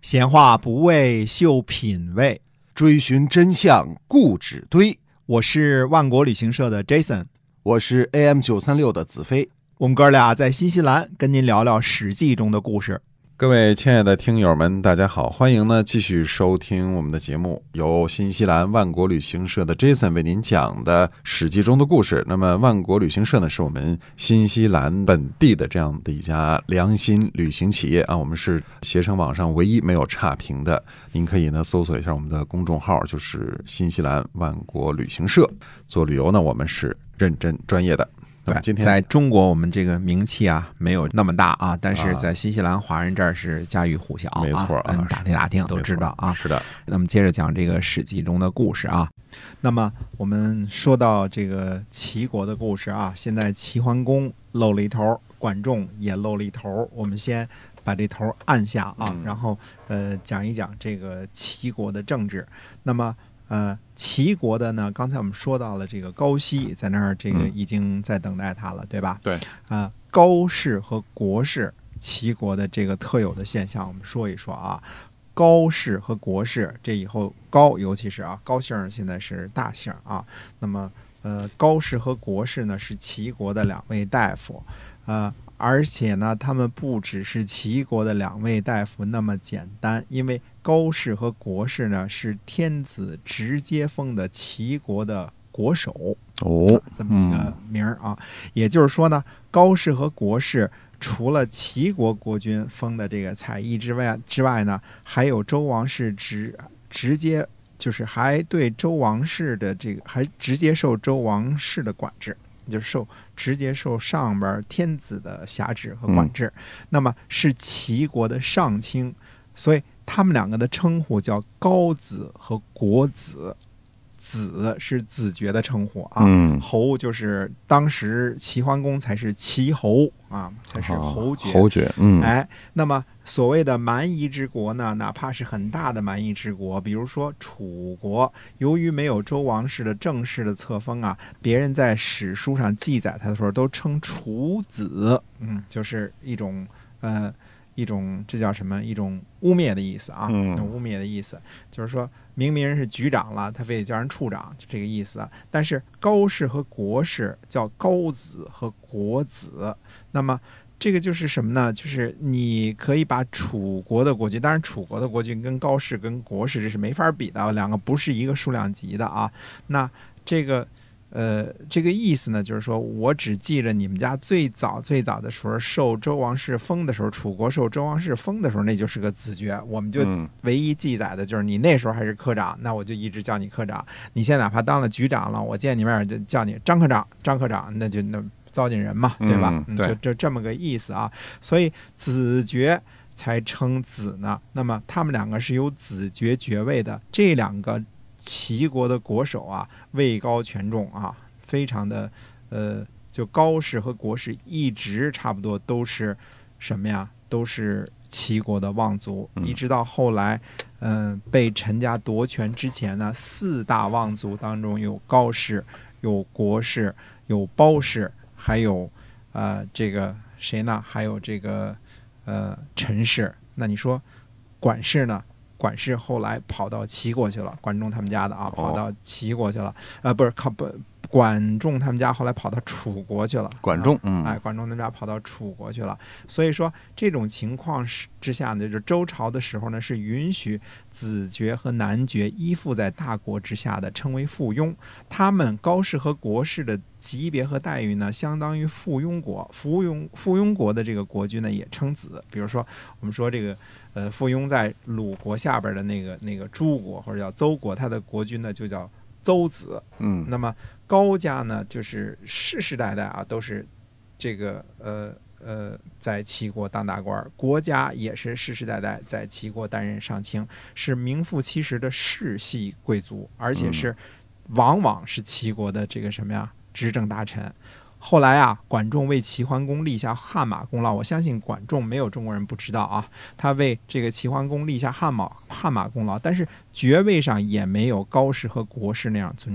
闲话不为秀品味， 追寻真相固执堆。 我是万国旅行社的 Jason， 我是 AM936 的子飞。 我们哥俩在新西兰跟您聊聊《史记》中的故事。 各位亲爱的听友们，大家好，欢迎呢继续收听我们的节目，由新西兰万国旅行社的 Jason 为您讲的《史记》中的故事。那么万国旅行社呢，是我们新西兰本地的这样的一家良心旅行企业啊，我们是携程网上唯一没有差评的。您可以呢搜索一下我们的公众号，就是新西兰万国旅行社。做旅游呢，我们是认真专业的。 对，今天在中国我们这个名气啊没有那么大啊，但是在新西兰华人这儿是家喻户晓啊， 没错啊， 打听都知道啊。 是的。 那么接着讲这个《史记》中的故事啊。那么我们说到这个齐国的故事啊，现在齐桓公露了一头，管仲也露了一头，我们先把这头按下啊，然后讲一讲这个齐国的政治。那么齐国的呢，刚才我们说到了这个高息在那儿，这个已经在等待他了，对吧？ 对高氏和国氏，齐国的这个特有的现象，我们说一说啊。高氏和国氏，这以后高，尤其是啊高姓现在是大姓啊。那么高氏和国氏呢是齐国的两位大夫，而且呢，他们不只是齐国的两位大夫那么简单，因为高氏和国氏呢是天子直接封的齐国的国手这么一个名儿啊。也就是说呢，高氏和国氏除了齐国国君封的这个采邑之外呢，还有周王室直接就是还对周王室的这个还直接受周王室的管制。就是直接受上边天子的辖制和管制，那么是齐国的上卿，所以他们两个的称呼叫高子和国子。子是子爵的称呼啊，侯就是当时齐桓公才是齐侯啊，才是侯爵。 侯爵， 那么所谓的蛮夷之国呢，哪怕是很大的蛮夷之国，比如说楚国，由于没有周王室的正式的册封啊，别人在史书上记载他的时候都称楚子，就是一种这叫什么？一种污蔑的意思啊，污蔑的意思，就是说明明人是局长了，他非得叫人处长，就这个意思。但是高氏和国氏叫高子和国子，那么这个就是什么呢？就是你可以把楚国的国君，当然楚国的国君跟高氏跟国氏这是没法比的，两个不是一个数量级的啊。那这个意思呢，就是说我只记着你们家最早的时候受周王室封的时候，楚国受周王室封的时候，那就是个子爵，我们就唯一记载的就是你那时候还是科长，那我就一直叫你科长。你现在哪怕当了局长了，我见你面就叫你张科长，那就糟践人嘛，对吧？就这么个意思啊。所以子爵才称子呢。那么他们两个是有子爵爵位的，这两个齐国的国手啊，位高权重啊，非常的就高氏和国氏一直差不多都是什么呀？都是齐国的望族，一直到后来被陈家夺权之前呢，四大望族当中有高氏，有国氏，有包氏，还有这个谁呢？还有这个陈氏。那你说管氏呢？管氏后来跑到齐国去了，管仲他们家的啊，跑到齐国去了。管仲他们家后来跑到楚国去了。 管仲， 管仲他们家跑到楚国去了。所以说这种情况之下呢，就是周朝的时候呢，是允许子爵和男爵依附在大国之下的，称为附庸。他们高氏和国氏的级别和待遇呢，相当于附庸国。附庸国的这个国君呢，也称子。比如说我们说这个附庸在鲁国下边的那个诸国或者叫邹国，他的国君呢就叫邹子。那么高家呢，就是世世代代啊，都是这个在齐国当大官，国家也是世世代代在齐国担任上卿，是名副其实的世系贵族，而且是往往是齐国的这个什么呀执政大臣。后来啊，管仲为齐桓公立下汗马功劳，我相信管仲没有中国人不知道啊，他为这个齐桓公立下汗马功劳，但是爵位上也没有高氏和国氏那样尊崇。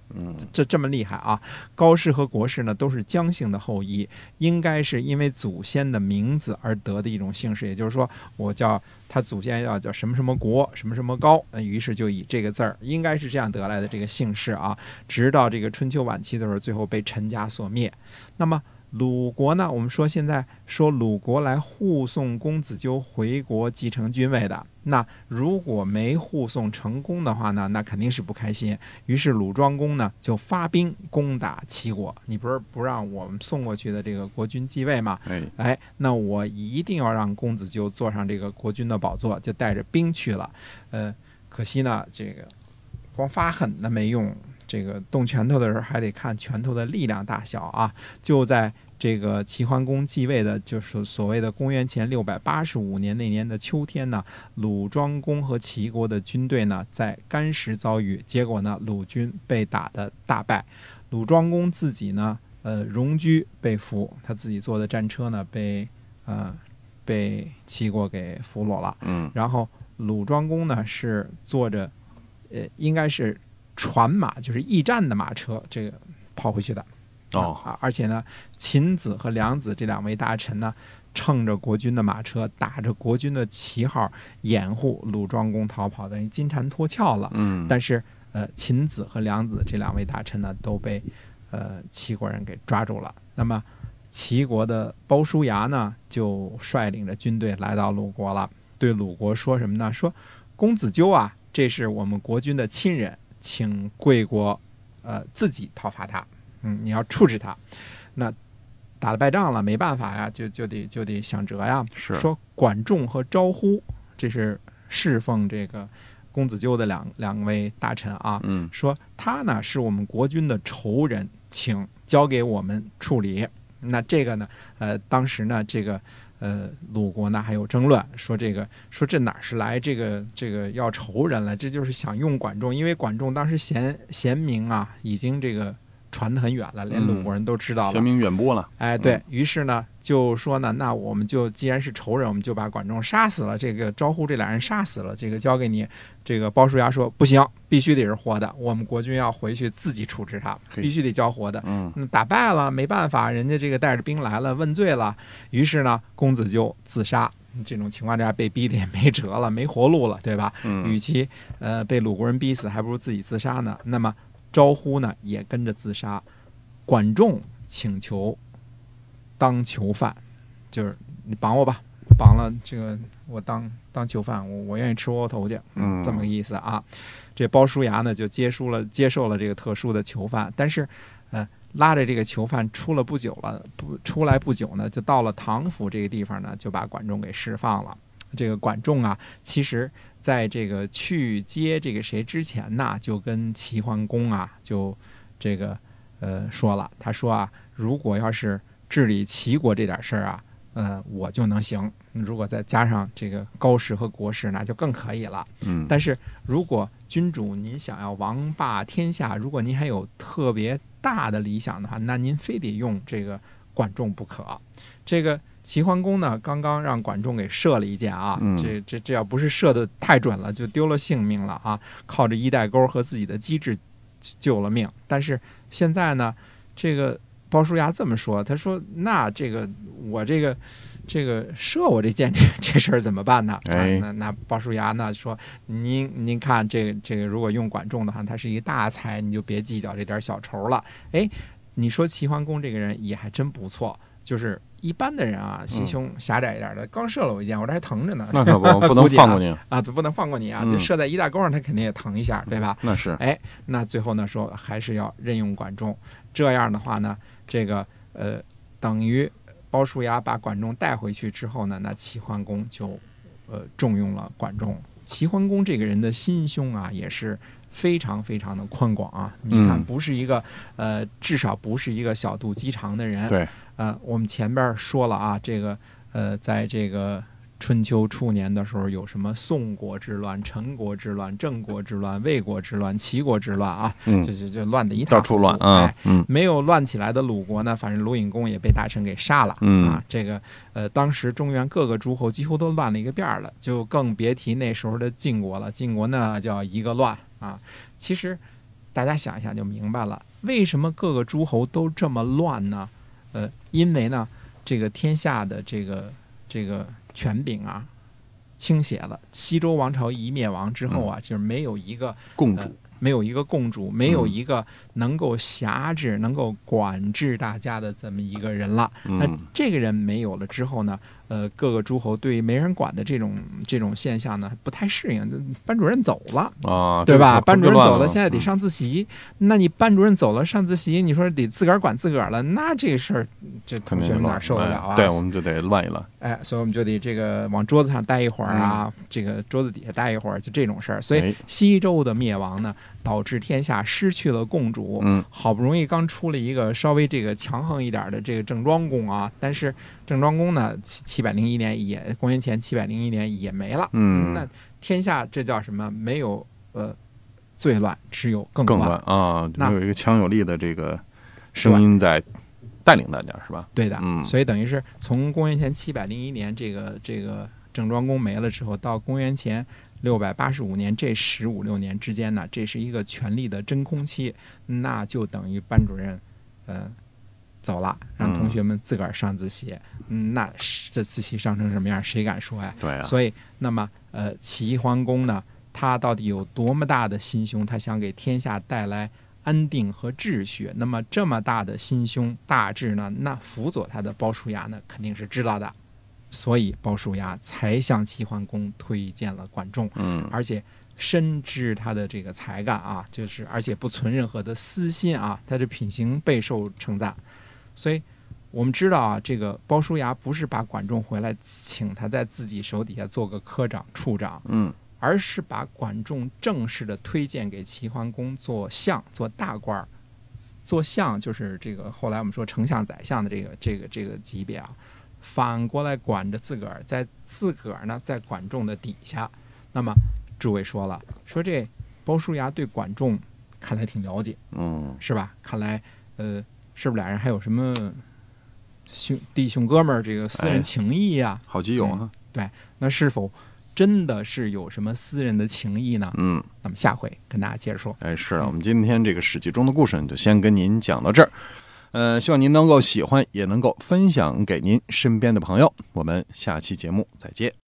这么厉害啊！高氏和国氏呢都是姜姓的后裔，应该是因为祖先的名字而得的一种姓氏，也就是说，我叫他祖先要叫什么什么国，什么什么高，于是就以这个字儿，应该是这样得来的这个姓氏啊。直到这个春秋晚期的时候，最后被陈家所灭。那么鲁国呢？我们说现在说鲁国来护送公子纠回国继承君位的，那如果没护送成功的话呢，那肯定是不开心。于是鲁庄公呢就发兵攻打齐国。你不是不让我们送过去的这个国君继位吗？那我一定要让公子纠坐上这个国君的宝座，就带着兵去了。可惜呢，这个光发狠的没用。这个动拳头的时候还得看拳头的力量大小啊！就在这个齐桓公继位的，就是所谓的公元前685年那年的秋天呢，鲁庄公和齐国的军队呢在干石遭遇，结果呢鲁军被打得大败，鲁庄公自己呢戎车被俘，他自己坐的战车呢被齐国给俘虏了。然后鲁庄公呢是坐着应该是船马，就是驿站的马车，这个跑回去的。而且呢，秦子和梁子这两位大臣呢，乘着国军的马车，打着国军的旗号，掩护鲁庄公逃跑，等于金蝉脱壳了。但是秦子和梁子这两位大臣呢，都被齐国人给抓住了。那么齐国的鲍叔牙呢，就率领着军队来到鲁国了，对鲁国说什么呢？说公子纠啊，这是我们国君的亲人。请贵国自己讨伐他，你要处置他。那打了败仗了，没办法呀，就得想辙呀。说管仲和招呼，这是侍奉这个公子纠的两位大臣啊。说他呢是我们国君的仇人，请交给我们处理。那这个呢，当时呢这个。鲁国呢还有争论，说这哪是来这个要仇人了，这就是想用管仲，因为管仲当时贤明啊，已经这个传得很远了，连鲁国人都知道了， 贤明远播了。 对于是呢，就说呢，那我们就既然是仇人，我们就把管仲杀死了，这个招呼这俩人杀死了，这个交给你。这个鲍叔牙说不行，必须得是活的，我们国君要回去自己处置他，必须得交活的。那打败了没办法，人家这个带着兵来了，问罪了，于是呢，公子纠自杀。这种情况下被逼的也没辙了，没活路了，对吧？与其被鲁国人逼死，还不如自己自杀呢。那么招呼呢也跟着自杀，管仲请求当囚犯，就是你绑我吧，绑了这个我当囚犯，我愿意吃窝头去，这么个意思啊。这鲍叔牙呢就接受了这个特殊的囚犯，但是拉着这个囚犯出来不久呢，就到了唐府这个地方呢，就把管仲给释放了。这个管仲啊，其实在这个去接这个谁之前呢，就跟齐桓公啊，就这个说了，他说啊，如果要是治理齐国这点事儿啊，我就能行。如果再加上这个高氏和国氏，那就更可以了。但是如果君主您想要王霸天下，如果您还有特别大的理想的话，那您非得用这个管仲不可。这个齐桓公呢，刚刚让管仲给射了一箭啊，这要不是射得太准了，就丢了性命了啊！靠着衣带钩和自己的机智救了命。但是现在呢，这个鲍叔牙这么说，他说：“那这个我这个射我这箭这事儿怎么办呢？”那鲍叔牙呢说：“您看这个如果用管仲的话，他是一大才，你就别计较这点小仇了。”你说齐桓公这个人也还真不错，就是一般的人啊，心胸狭窄一点的，刚射了我一箭，我这还疼着呢， 那可不能放过你啊，不能放过你啊！就射在衣带钩上，他肯定也疼一下，对吧？ 那是。 那最后呢说还是要任用管仲，这样的话呢，这个等于鲍叔牙把管仲带回去之后呢，那齐桓公就重用了管仲。齐桓公这个人的心胸啊，也是非常非常的宽广啊！你看，不是一个至少不是一个小肚鸡肠的人。 对， 我们前边说了啊，这个在这个春秋初年的时候，有什么宋国之乱、陈国之乱、郑国之乱、魏国之乱、齐国之乱啊，就乱的一塌糊涂， 到处乱啊。 没有乱起来的鲁国呢，反正鲁隐公也被大臣给杀了啊。这个当时中原各个诸侯几乎都乱了一个遍了，就更别提那时候的晋国了。晋国呢叫一个乱啊。其实大家想一想就明白了，为什么各个诸侯都这么乱呢？因为呢，这个天下的这个权柄啊倾斜了。西周王朝一灭亡之后啊，就是没有一个共主， 没有一个共主，没有一个能够辖制、能够管制大家的这么一个人了。那这个人没有了之后呢，各个诸侯对于没人管的这种现象呢不太适应。班主任走了啊，对吧？班主任走了，现在得上自习。那你班主任走了，上自习，你说得自个儿管自个儿了，那这个事儿，这同学们哪受得了啊？ 对，我们就得乱一乱。 所以我们就得这个往桌子上待一会儿啊，这个桌子底下待一会儿，就这种事儿。所以西周的灭亡呢，导致天下失去了共主。好不容易刚出了一个稍微这个强横一点的这个郑庄公啊，但是郑庄公呢，701年公元前701年也没了。那天下这叫什么？没有最乱，只有更乱啊！没有一个强有力的这个声音在带领大家，是吧？ 对的。所以等于是从公元前701年这个郑庄公没了之后，到公元前685年这15、16年之间呢，这是一个权力的真空期，那就等于班主任走了，让同学们自个儿上自习。那这自习上成什么样，谁敢说呀？ 对啊。 所以那么齐桓公呢，他到底有多么大的心胸？他想给天下带来安定和秩序。那么这么大的心胸大志呢，那辅佐他的鲍叔牙呢，肯定是知道的。所以鲍叔牙才向齐桓公推荐了管仲，而且深知他的这个才干啊，就是而且不存任何的私心啊，他的品行备受称赞。所以我们知道啊，这个鲍叔牙不是把管仲回来请他在自己手底下做个科长、处长，而是把管仲正式的推荐给齐桓公做相、做大官。做相就是这个后来我们说丞相、宰相的这个级别啊。反过来管着自个儿，在自个儿呢，在管仲的底下。那么诸位说了，说这鲍叔牙对管仲看来挺了解，是吧？看来是不是俩人还有什么弟兄哥们儿这个私人情谊呀？ 好基友啊。 对，那是否真的是有什么私人的情谊呢？那么下回跟大家接着说。 是啊，我们今天这个史记中的故事就先跟您讲到这儿。希望您能够喜欢，也能够分享给您身边的朋友。我们下期节目再见。